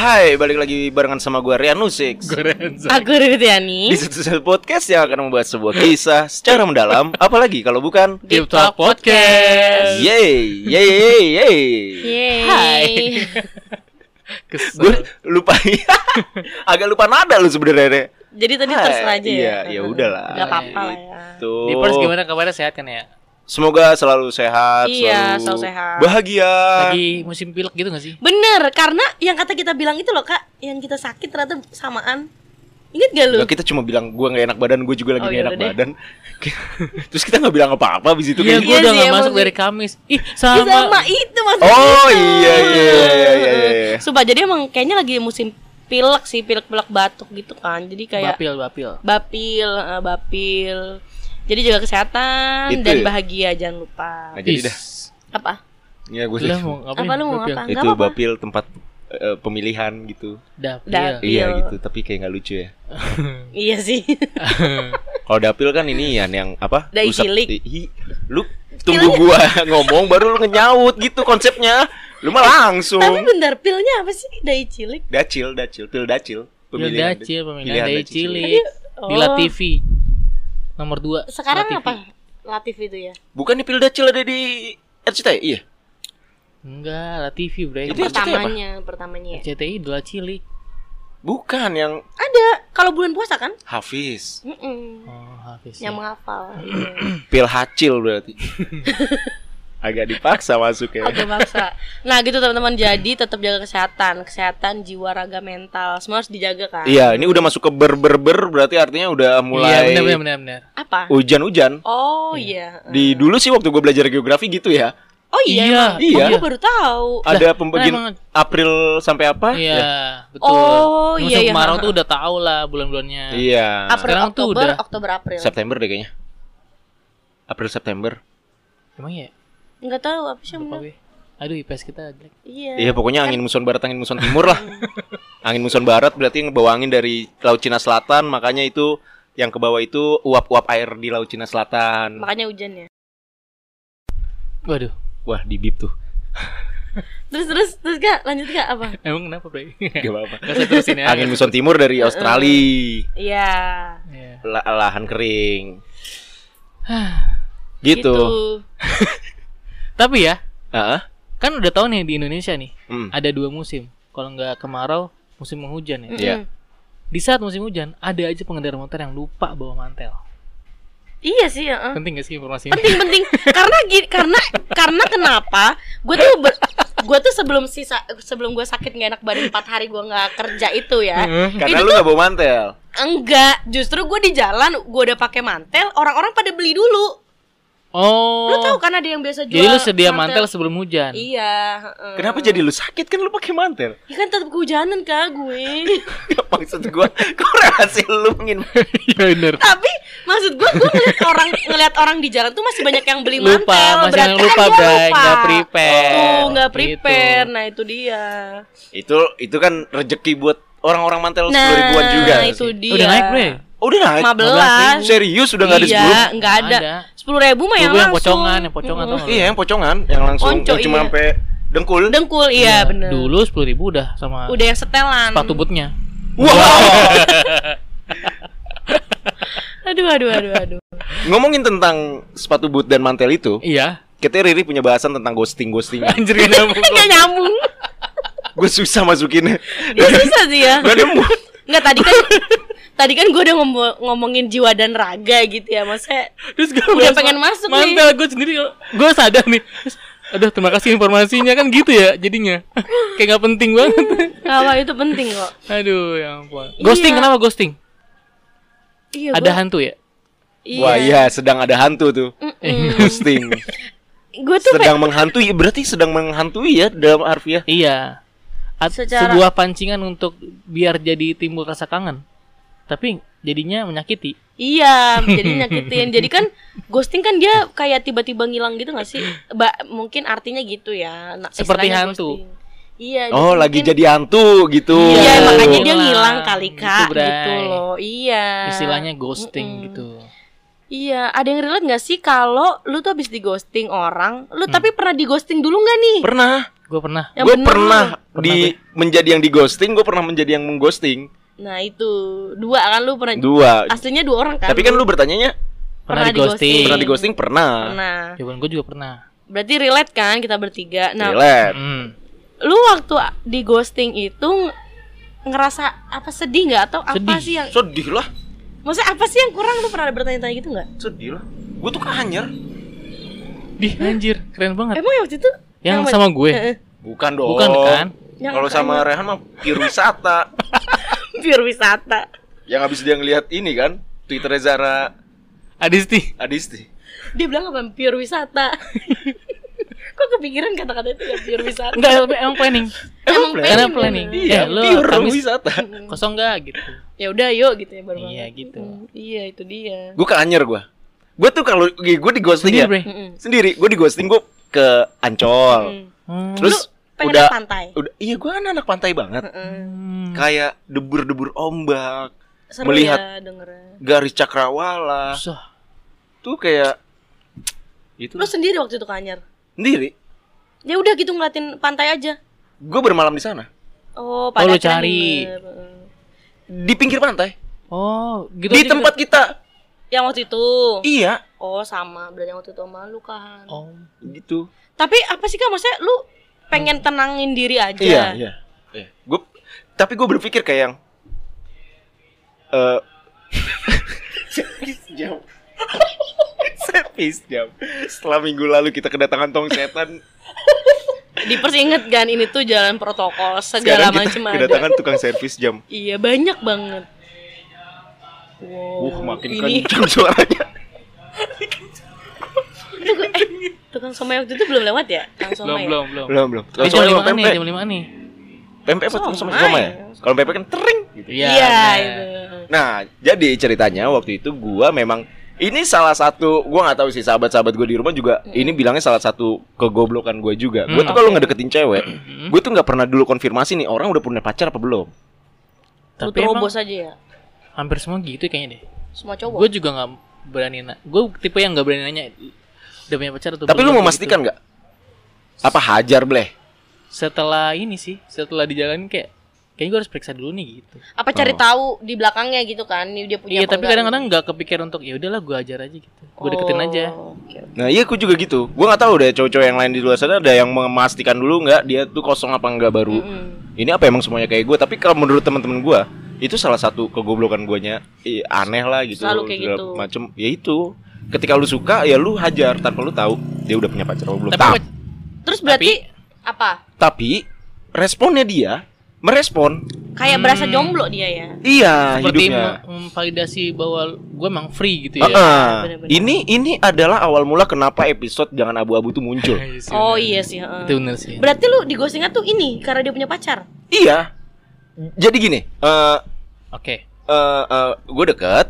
Hai, balik lagi barengan sama gue Rian Nusik. Aku Riri Tiani. Di satu podcast yang akan membahas sebuah kisah secara mendalam. Apalagi kalau bukan Deep Talk Podcast. Yeay, yeay, yeay, yeay. Hai. Gue lupa, agak lupa nada lu sebenarnya. Jadi tadi terserah aja iya, ya. ya udahlah. Gak apa-apa lah ya. Tuh. Deepers gimana kabarnya, sehat kan ya? Semoga selalu sehat, Iya, selalu sehat. bahagia. Lagi musim pilek gitu gak sih? Bener, karena yang kata kita bilang itu loh kak, yang kita sakit ternyata samaan. Ingat gak lu? Nggak, kita cuma bilang gue gak enak badan, gue juga lagi Oh, gak enak yaudah deh. badan. Terus kita gak bilang apa-apa abis itu. Iya, kayak gue Iya udah sih, gak emang masuk sih. dari Kamis. Ih, Sama itu maksudnya. Oh iya. Sumpah, jadi emang kayaknya lagi musim pilek sih, pilek-pilek batuk gitu kan. Jadi kayak bapil. Jadi jaga kesehatan Itu dan ya? bahagia, jangan lupa. Nah, jadi dah. Apa? Ya gue Lah mau ngapain? Apa lu mau Bapil? apa? itu Nggak apa-apa. bapil tempat pemilihan gitu. Dapil. Dapil. Iya gitu, tapi kayak nggak lucu ya. Iya sih. Kalau dapil kan ini yang apa? Dai Usap- cilik. Lu tunggu gua ngomong baru lu ngenyaut gitu konsepnya. Lu mah langsung. Tapi bentar, pilnya apa sih? Dai cilik. Dacil, pil dacil. Pil dacil, pemilihan dari dacil. cilik. Oh. Di TV nomor 2. Sekarang apa? Latif itu ya. Bukan pil dacil ada di RCTI? Iya. Enggak, La TV, bre. Itu Pertamanya ya. RCTI Idola Cilik. Bukan yang Ada kalau bulan puasa kan? Hafiz. Oh, Hafiz. Yang Ya. menghafal. Pil hacil berarti. Agak dipaksa masuk ya. Oke, maksa. Nah, gitu teman-teman. Jadi tetap jaga kesehatan jiwa, raga, mental. Semua harus dijaga kan? Iya, ini udah masuk ke ber berarti artinya udah mulai Iya, benar. Apa? hujan-hujan. Oh, iya. Di dulu sih waktu gue belajar geografi gitu ya. Oh iya. Iya. Emang? Iya. Oh, gue baru tahu. Ada Lah, pembagian emang- April sampai apa? Iya, Ya. betul. Oh, iya, Musim iya. kemarau tuh udah tahu lah bulan-bulannya. Iya. April, Sekarang tuh Oktober, udah Oktober, April. September deh kayaknya. April September. Emang ya? Enggak tahu apa sih yang Lupa benar. gue. Aduh, IPS kita jelek. Iya. Iya, pokoknya angin muson barat, angin muson timur lah. Angin muson barat berarti yang bawa angin dari Laut Cina Selatan, makanya itu yang ke bawah itu uap-uap air di Laut Cina Selatan. Makanya hujan ya. Waduh. Wah, di bip tuh. Terus Kak, lanjut Kak apa? Emang kenapa, bre? Gak apa-apa. Gak usah terusin ya. Angin muson timur dari Australia. Iya. Iya. Lahan kering. Gitu. Tapi ya, Heeh. kan udah tahu nih di Indonesia nih Hmm. ada 2 musim. Kalau nggak kemarau, musim penghujan ya. Iya. Di saat musim hujan ada aja pengendara motor yang lupa bawa mantel. Iya sih, heeh. Penting gak sih informasi ini? Penting karena kenapa gue tuh sebelum gue sakit nggak enak badan 4 hari gue nggak kerja itu ya. Karena Itu lu gak bawa mantel. Enggak, justru gue di jalan gue udah pakai mantel, orang-orang pada beli dulu. Oh. Lu tahu kan ada yang biasa jual. Jadi lu sedia mantel sebelum hujan. Iya, heeh. Kenapa jadi lu sakit, kan lu pakai mantel? Ya kan tetap kehujanan Kak gue. Maksud gua korelasi lu ngin. Iya bener. Tapi maksud gue ngeliat orang di jalan tuh masih banyak yang beli Lupa, mantel. masih Berarti yang kan lupa, dia Bray. lupa. Nggak prepare. Tuh, nggak Gitu. prepare. Nah itu dia. Itu kan rezeki buat orang-orang mantel 10 Nah ribuan juga. itu dia. Udah naik, bre. Oh, udah naik. 15. Serius udah nggak ada 10? Iya, nggak ada. Ada. 10.000 mah yang Dulu yang langsung. pocongan tau nggak lu? Iya, yang pocongan, yang langsung Ponco, yang cuma iya. sampai dengkul. Dengkul, iya bener. Dulu 10.000 udah sama Udah yang setelan. sepatu bootnya. Wow. Aduh. Ngomongin tentang sepatu boot dan mantel itu, Iya. kita Riri punya bahasan tentang ghosting. Anjir gak nyambung. Nggak nyambung. Gue susah masukinnya. Ya susah sih ya. Gak nemu. Nggak, tadi kan gue udah ngomongin jiwa dan raga gitu ya. Maksudnya Terus gue Udah pengen masuk nih. mantel gue sendiri. Gue sadar nih. Aduh, terima kasih informasinya, kan gitu ya jadinya. Kayak gak penting banget. apa itu penting kok. Aduh, ya ampun. Ghosting, Iya. kenapa ghosting? Iya, Ada hantu ya? Wah, iya, sedang ada hantu tuh. Ghosting. Gue tuh Sedang menghantui, berarti sedang menghantui ya dalam harfiah. Iya. Secara- Sebuah pancingan untuk biar jadi timbul rasa kangen. Tapi jadinya menyakiti. Iya, jadi nyakitin. Jadi kan ghosting kan dia kayak tiba-tiba ngilang gitu gak sih? Mungkin artinya gitu ya. Seperti istilahnya hantu. ghosting. Iya. Oh, jadi lagi mungkin- jadi hantu gitu. Iya, makanya dia Ngilang. ngilang kali Gitu, Kak, Bray. gitu loh. Iya. Istilahnya ghosting gitu. Iya, ada yang relate gak sih kalau lu tuh habis di ghosting orang, lu tapi pernah di ghosting dulu gak nih? Pernah. Gue pernah. Yang Gue bener pernah lu. menjadi yang di ghosting, gue pernah menjadi yang mengghosting. Nah itu 2 kan lu pernah. Dua. Aslinya 2 orang kan. Tapi kan lu bertanyanya Pernah di ghosting. ghosting. pernah di ghosting pernah. Nah, Jawaban gue juga pernah. berarti relate kan kita bertiga. Nah, Relate. lu waktu di ghosting itu ngerasa apa, sedih nggak atau apa Sedih. sih yang Sedih lah. maksudnya apa sih yang kurang, lu pernah bertanya-tanya gitu nggak? Sedih lah. Gue tuh kanyer. Dih, anjir, keren banget. Emang ya waktu itu Yang sama gue? Bukan dong. Bukan kan? Yang Kalau sama Rehan mah pure wisata. pure wisata. Yang habis dia ngelihat ini kan, Twitternya Zara Adisti. Adisti. Dia bilang apa? Pure wisata. Kok kepikiran kata-kata itu ya, pure wisata? Enggak, emang planning. Emang Karena pengen planning. bener. Iya, lu pure Kamis wisata. kosong enggak gitu. Ya udah yuk gitu ya baru Iya, banget. gitu. Iya itu dia. Gue kanyer gue. Gue tuh kalau gue di ghosting Sendiri, ya. Bre. Sendiri. Gue di ghosting gue ke Ancol. Terus Pengen udah ke pantai. udah iya gue kan anak pantai banget. Kayak debur-debur ombak, Seru melihat ya dengernya. garis cakrawala. Susah. Tuh kayak itu Lu sendiri waktu itu Kanyar? sendiri. Ya udah gitu ngeliatin pantai aja. Gue bermalam di sana. Oh, lu pada cari. Di pinggir pantai. Oh, gitu Di gitu. aja tempat kita. Yang waktu itu. Iya. Oh, sama. Berarti yang waktu itu sama lu kan. Oh. Gitu. Tapi apa sih Kak, maksudnya lu pengen tenangin diri aja. Iya. Tapi gue berpikir kayak yang jam. Sepis jam. Setelah minggu lalu kita kedatangan tong setan, Diperinget kan ini tuh jalan protokol sekarang segala kita macam ada. kedatangan tukang servis jam. Iya, banyak banget. Wow. Makin ini kencang suaranya. tukang somai waktu itu belum lewat ya? Tukang somai. Belum. Belum. Ini Tukang somai jam sama 5 nih, pempek. jam 5 nih. Pempek apa tukang somai? Somai. Somai ya? Kalau pempek kan tering gitu. Iya. Iya, benar. itu. Nah, jadi ceritanya waktu itu gua memang ini salah satu, gua nggak tahu sih sahabat-sahabat gua di rumah juga ini bilangnya salah satu kegoblokan gua juga. Gua tuh kalau ngedeketin cewek, gua tuh nggak pernah dulu konfirmasi nih orang udah punya pacar apa belum. Lu Tapi emang terobos aja ya. hampir semua gitu kayaknya deh. Semua cowok. Gue juga nggak berani gue tipe yang nggak berani nanya udah punya pacar atau Tapi lu belum, memastikan gitu. nggak? Apa hajar bleh? Setelah ini sih, setelah dijalanin kayaknya gue harus periksa dulu nih gitu. Apa cari tahu di belakangnya gitu kan? Dia punya Iya, apa tapi enggak? kadang-kadang nggak kepikir untuk ya udahlah gue ajar aja gitu. Gue deketin aja. Oke. Nah iya aku juga gitu. Gua nggak tahu deh cowok-cowok yang lain di luar sana ada yang memastikan dulu nggak dia tuh kosong apa enggak baru. Ini apa emang semuanya kayak gue? Tapi kalau menurut teman-teman gua itu salah satu kegoblokan guanya aneh lah gitu. Selalu kayak segala gitu. Macem ya itu. Ketika lu suka ya lu hajar tanpa lu tahu dia udah punya pacar atau belum. Tapi apa- Terus berarti apa? Tapi responnya dia merespon. Kayak berasa jomblo dia ya. Iya seperti hidupnya. memvalidasi bahwa gue emang free gitu ya. bener-bener. Ini adalah awal mula kenapa episode Jangan Abu-Abu tuh muncul. Oh iya sih, heeh. Itu bener sih. Berarti lu di ghostingnya tuh ini karena dia punya pacar. Iya. Jadi gini, Oke. gue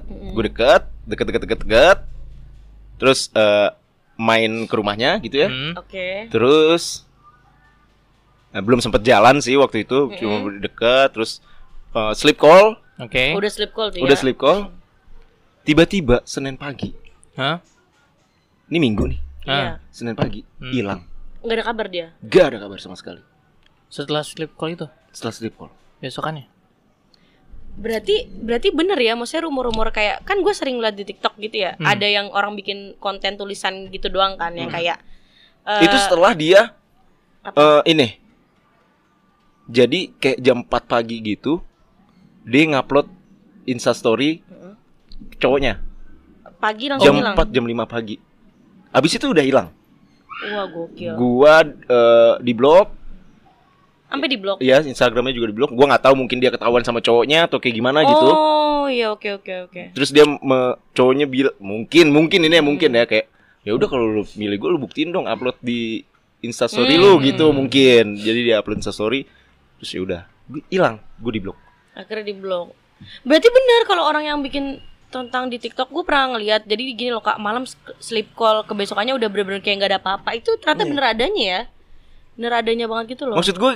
deket. Terus main ke rumahnya gitu ya. Oke. Terus belum sempet jalan sih waktu itu, cuma deket. Terus sleep call, Oke. Udah sleep call tuh ya. udah sleep call. Tiba-tiba Senin pagi, Hah? ini Minggu nih, Iya. Senin pagi hilang, Enggak ada kabar dia. gak ada kabar sama sekali. Setelah sleep call itu Setelah sleep call, besokannya. Berarti bener ya, maksudnya rumor-rumor kayak kan gue sering lihat di TikTok gitu ya. Ada yang orang bikin konten tulisan gitu doang kan yang kayak itu setelah dia ini. Jadi kayak jam 4 pagi gitu, dia ngupload Instastory cowoknya. pagi langsung Jam hilang. 4 jam 5 pagi. Abis itu udah hilang. Wah, gokil. Gua di blok, Sampai di blok. ya Instagramnya juga di blok. Gua nggak tahu mungkin dia ketahuan sama cowoknya atau kayak gimana gitu. Oh, iya oke. Terus dia cowoknya bilang mungkin ini ya mungkin ya kayak ya udah kalau lu milih gue lu buktiin dong upload di Instastory lu gitu mungkin. Jadi dia upload Instastory terus ya udah hilang, gue di blok. Akhirnya di blok. Berarti benar kalau orang yang bikin tentang di TikTok gue pernah ngeliat. Jadi gini loh Kak, malam sleep call kebesokannya udah bener-bener kayak nggak ada apa-apa. Itu ternyata bener adanya ya. Bener adanya banget gitu loh. Maksud gue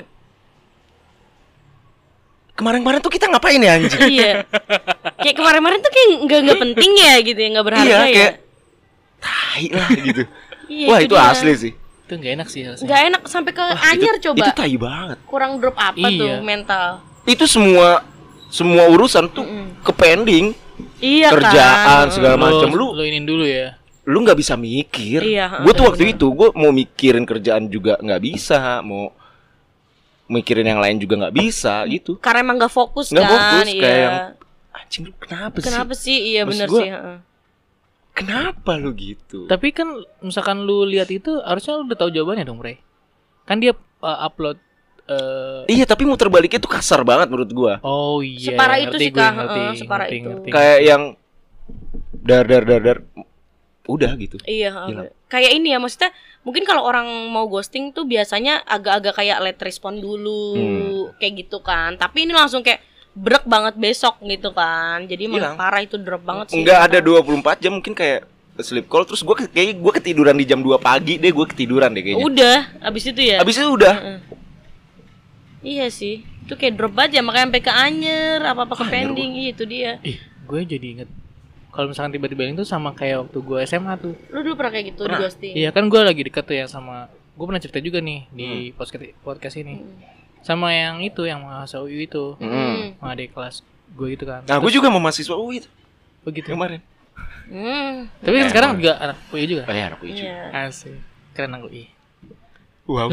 kemarin-kemarin tuh kita ngapain ya anjing? Iya. Kayak kemarin-kemarin tuh kayak nggak penting ya gitu ya, nggak berharga Iya, ya. kayak tai lah gitu. Iya, Wah itu dia. asli sih. Itu nggak enak sih harusnya. Nggak enak sampai ke anyar coba. Itu tai banget. Kurang drop apa tuh Iya. mental. Itu semua urusan tuh ke pending. Iya Kerjaan kan. segala macam lu inin dulu ya. lu nggak bisa mikir. Iya, Gue tuh waktu itu gue mau mikirin kerjaan juga nggak bisa, mau mikirin yang lain juga nggak bisa gitu. Karena emang nggak fokus Nggak kan. fokus, Iya. kayak yang anjing lu kenapa sih? Kenapa sih? Iya Maksud bener gua, sih. Heeh. Kenapa lu gitu? Tapi kan misalkan lu lihat itu harusnya lu udah tahu jawabannya dong, Bre. Kan dia upload Iya, tapi muter baliknya tuh kasar banget menurut gua. oh iya. Separah itu ngerti sih, gue, Kak. ngerti, Separah ngerti, itu. ngerti. Kayak yang dar udah gitu. Iya, Gila. kayak ini ya maksudnya mungkin kalau orang mau ghosting tuh biasanya agak-agak kayak let respond dulu kayak gitu kan. Tapi ini langsung kayak brek banget besok gitu kan. Jadi emang Hilang. parah itu drop banget sih. Enggak ada 24 jam, mungkin kayak sleep call. Terus kayaknya gue ketiduran di jam 2 pagi deh, gue ketiduran deh kayaknya. Udah, abis itu ya. Abis itu udah. Iya sih. Itu kayak drop aja makanya sampai ke anyer, apa-apa ke pending. Iya, itu dia. Gue jadi inget kalau misalkan tiba-tiba itu sama kayak waktu gue SMA tuh. Lu dulu pernah kayak gitu di ghosting? Iya kan gue lagi deket tuh yang sama, gue pernah cerita juga nih di podcast ini sama yang itu yang mahasiswa UI itu, sama adik kelas gue gitu kan. Nah, gue juga mau mahasiswa UI itu Begitu. kemarin. Tapi kan sekarang juga anak UI juga. Oh ya, anak UI juga. Iya. Asik. Keren anak UI. Wow.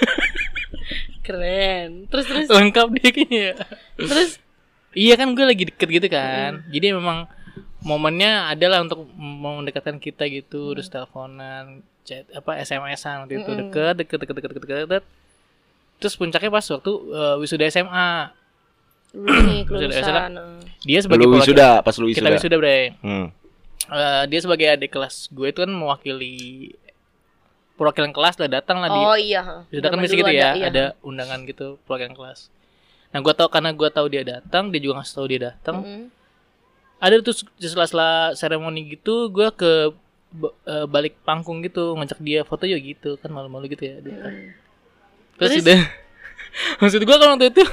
Keren. Terus Lengkap dia kayaknya ya. terus Iya kan gue lagi deket gitu kan. Jadi memang momennya adalah untuk mendekatkan kita gitu, terus teleponan, chat apa SMS-an waktu itu deket. Terus puncaknya pas waktu wisuda SMA. lu nih Wisuda kelulusan. Dia sebagai Lu wisuda, pas lu kita wisuda. wisuda, Bre. Dia sebagai adik kelas gue itu kan mewakili perwakilan kelas lah, datang lah Oh dia. iya. Wisuda kan Zaman biasa dulu gitu ya, iya. ada undangan gitu perwakilan kelas. Nah, karena gue tahu dia datang, dia juga ngasih tahu dia datang. Ada tuh sela-sela seremoni gitu, gue ke balik panggung gitu, ngajak dia foto yuk gitu, kan malu-malu gitu ya. Terus udah maksud gue kan waktu itu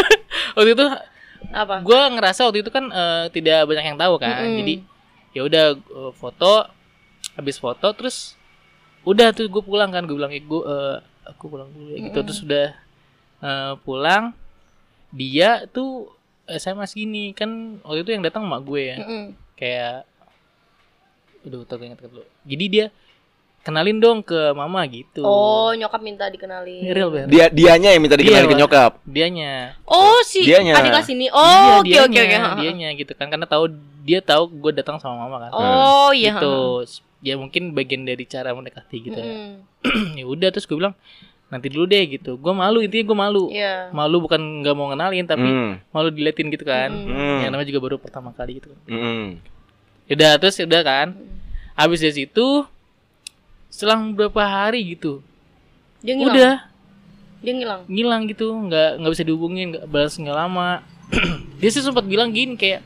Apa? gue ngerasa waktu itu kan tidak banyak yang tahu kan. Jadi ya udah foto, habis foto terus udah tuh gue pulang kan, gue bilang aku pulang dulu ya gitu. Terus udah pulang, dia tuh SMS gini kan, waktu itu yang datang emak gue ya. Kayak ingat dulu. Jadi dia kenalin dong ke mama gitu. Oh, nyokap minta dikenalin. Real banget. Dianya yang minta dikenalin ke nyokap. Dianya. Oh, si Dianya. adik kelas ini. Oh, oke. Dianya gitu kan, karena dia tahu gue datang sama mama kan. Oh, iya. Gitu. Ya mungkin bagian dari cara mendekati gitu ya. Ya udah, terus gue bilang nanti dulu deh gitu. Gue malu, intinya gue malu. Iya. Malu bukan nggak mau kenalin, tapi malu diliatin gitu kan. Yang namanya juga baru pertama kali gitu kan. Udah, terus udah kan. Habis dari situ selang beberapa hari gitu, Dia ngilang. udah Dia ngilang gitu, nggak bisa dihubungin, nggak balas nggak lama. Dia sih sempat bilang gini kayak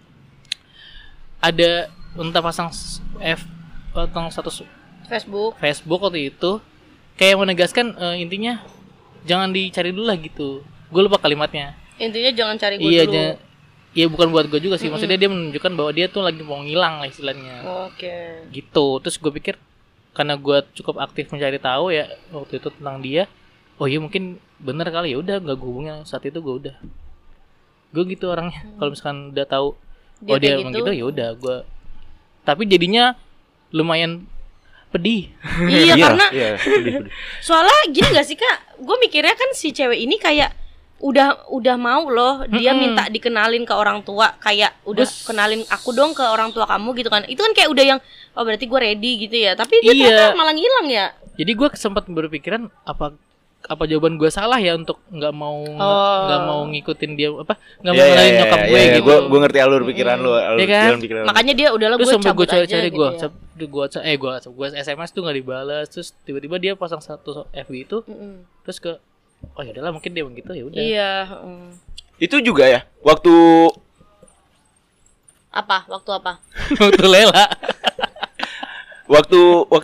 ada entah pasang status Facebook waktu itu kayak menegaskan intinya jangan dicari dulu lah gitu. Gue lupa kalimatnya. Intinya jangan cari gue Iya, dulu. iya bukan buat gue juga sih. Maksudnya dia menunjukkan bahwa dia tuh lagi mau ngilang lah istilahnya. Oke. Gitu. Terus gue pikir karena gue cukup aktif mencari tahu ya waktu itu tentang dia. Oh iya mungkin bener kali, ya udah nggak gue hubungin saat itu, gue udah. Gue gitu orangnya. Kalau misalkan udah tahu dia emang gitu, ya udah gue. Tapi jadinya lumayan pedih. Iya, karena pedih. soalnya gini gak sih Kak, gue mikirnya kan si cewek ini kayak udah mau loh, dia minta dikenalin ke orang tua, kayak udah kenalin aku dong ke orang tua kamu gitu kan. Itu kan kayak udah yang oh berarti gue ready gitu ya. Tapi dia ternyata malah ngilang ya. Jadi gue sempat berpikiran apa jawaban gue salah ya untuk nggak mau ngikutin dia, apa nggak mau kenalin nyokap gue gitu. Gue ngerti alur pikiran lu, alur kan? pikiran. Makanya dia udahlah gue cabut aja cari gitu ya. gue SMS tuh nggak dibalas, terus tiba-tiba dia pasang satu FB itu, terus oh ya udahlah mungkin dia begitu, ya udah. Iya. Itu juga ya waktu Apa? Waktu apa? Waktu Lela. waktu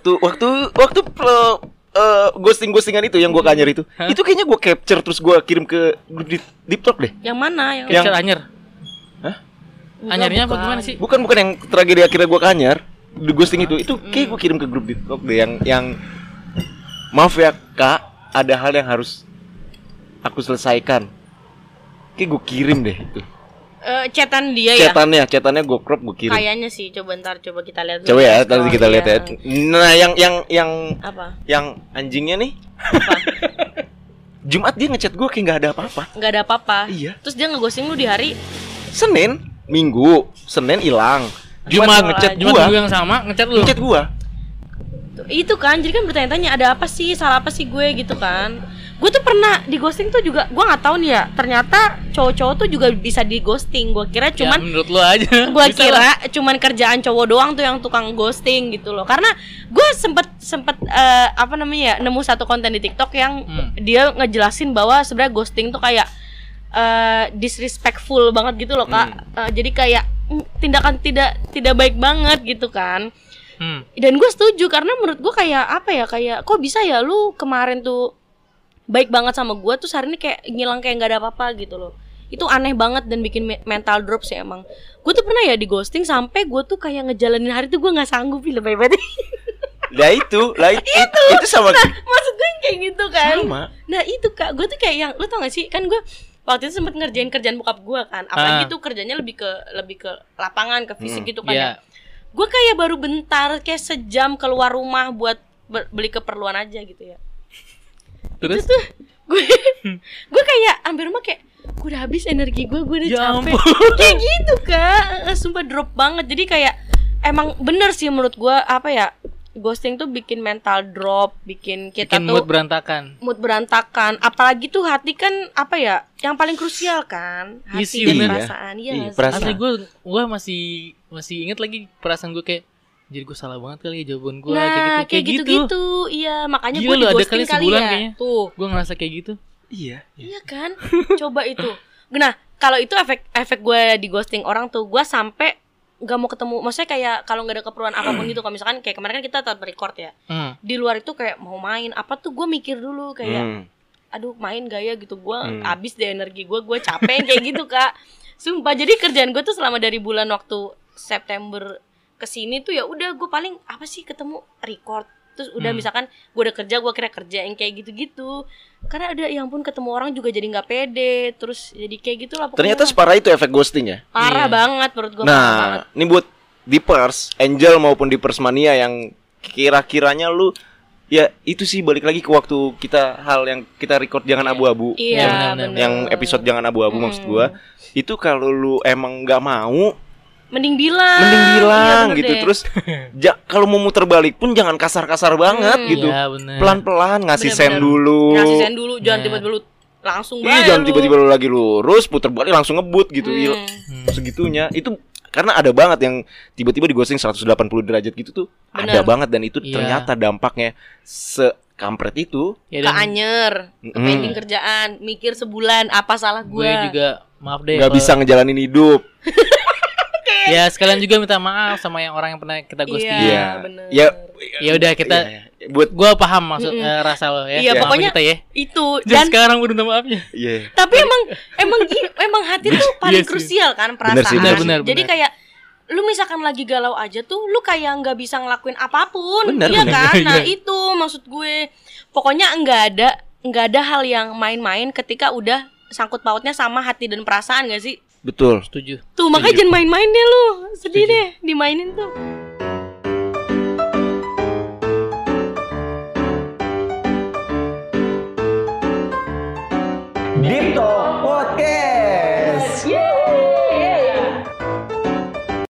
ghostingan itu yang gue kanyer itu kayaknya gue capture terus gue kirim ke grup di TikTok deh. Yang mana? Yang Anyer. Hah? Anyernya apa gimana sih? Bukan yang tragedi akhirnya gue kanyer di ghosting itu kayak gue kirim ke grup di TikTok deh, yang maaf ya kak, ada hal yang harus aku selesaikan. Kayak gue kirim deh itu. Chatan dia ya. Chatannya gue crop, gue kirim. Kayaknya sih, coba kita lihat. Coba ya, nanti kita lihat ya. Nah, yang apa? Yang anjingnya nih. Apa? Jumat dia ngechat gue kayak nggak ada apa-apa. Nggak ada apa-apa. Iya. Terus dia ngeghosting lu di hari Senin, Minggu, Senin hilang. Jumat ngechat Jumat gua. minggu yang sama ngechat lu. Ngechat gua. itu kan, jadi kan bertanya-tanya ada apa sih, salah apa sih gue gitu kan. Gue tuh pernah di ghosting tuh juga, gue nggak tahu nih ya, ternyata cowok-cowok tuh juga bisa di ghosting. Gue kira cuman ya, menurut lu aja. gue kira cuman kerjaan cowok doang tuh yang tukang ghosting gitu loh. Karena gue sempet apa namanya ya, nemu satu konten di TikTok yang dia ngejelasin bahwa sebenarnya ghosting tuh kayak disrespectful banget gitu loh kak. Jadi kayak tindakan tidak baik banget gitu kan. Dan gue setuju karena menurut gue kayak apa ya, kayak kok bisa ya lu kemarin tuh baik banget sama gue, terus hari ini kayak ngilang kayak nggak ada apa-apa gitu loh. Itu aneh banget dan bikin mental drop sih emang. Gue tuh pernah ya di ghosting sampai gue tuh kayak ngejalanin hari tuh gue nggak sanggup lebih banget. Lah itu sama. Nah, maksud gue yang kayak gitu kan. Sama. Nah itu kak, gue tuh kayak yang, lu tau gak sih, kan gue waktu itu sempet ngerjain kerjaan bokap gue kan. Apalagi tuh kerjanya lebih ke lapangan, ke fisik gitu kan ya. Gue kayak baru bentar, kayak sejam keluar rumah buat beli keperluan aja gitu ya. Terus tuh gue kayak ambil rumah kayak gue udah habis energi gue udah capek. Kayak gitu kak, sumpah drop banget. Jadi kayak emang bener sih menurut gue, apa ya, ghosting tuh bikin mental drop, bikin kita tuh mood berantakan. Apalagi tuh hati kan, apa ya, yang paling krusial kan, hati dan perasaan. Iya, perasaan. Gue masih inget lagi perasaan gue kayak, jadi gue salah banget kali ya jawaban gue. Nah kayak gitu. Iya, makanya gue di ghosting kali ya kayaknya. Tuh gue ngerasa kayak gitu. Iya kan. Coba itu. Nah kalau itu efek gue di ghosting orang tuh, gue sampai gak mau ketemu, maksudnya kayak kalau nggak ada keperluan apapun gitu. Kalau misalkan kayak kemarin kan kita tetap record ya, di luar itu kayak mau main apa tuh gue mikir dulu kayak aduh main gaya gitu, gue abis deh energi gue capek kayak gitu kak. Sumpah, jadi kerjaan gue tuh selama dari bulan waktu September kesini tuh ya udah gue paling apa sih ketemu record, terus udah misalkan gue udah kerja, gue kira kerja yang kayak gitu-gitu. Karena ada, ya ampun, ketemu orang juga jadi nggak pede, terus jadi kayak gitulah pokoknya. Ternyata separah itu efek ghosting ya. Parah banget menurut gue. Nah ini buat Deepers, Angel maupun Deepers Mania yang kira-kiranya lu, ya itu sih balik lagi ke waktu kita, hal yang kita record jangan abu-abu. Iya, bener. Yang episode jangan abu-abu maksud gua. Itu kalau lu emang nggak mau, mending bilang iya, gitu. Terus kalau mau muter balik pun jangan kasar-kasar banget gitu. Ya, pelan-pelan ngasih sen dulu. Jangan tiba-tiba lu langsung banget. Iya, jangan tiba-tiba lu lagi lurus puter balik langsung ngebut gitu. Segitunya. Itu karena ada banget yang tiba-tiba di ghosting 180 derajat gitu tuh. Ada banget, dan itu ternyata dampaknya sekampret itu. Keanyer, pending kerjaan, mikir sebulan apa salah gue. Gue juga maaf deh. Gak bisa ngejalanin hidup. Ya sekalian juga minta maaf sama orang yang pernah kita ghosting. Iya, bener. Ya udah kita buat gue paham maksud rasa lo ya. Iya, pokoknya kita ya. Itu dan sekarang udah minta maafnya. Iya. Tapi emang hati tuh paling krusial kan, perasaan. Bener. Jadi kayak lu misalkan lagi galau aja tuh, lu kayak nggak bisa ngelakuin apapun. Bener. Kan? Nah itu maksud gue. Pokoknya nggak ada hal yang main-main ketika udah sangkut pautnya sama hati dan perasaan, gak sih? Betul. Setuju. Tuh makanya jangan main-main deh lu. Sedih deh dimainin tuh. Deep Talk Podcast.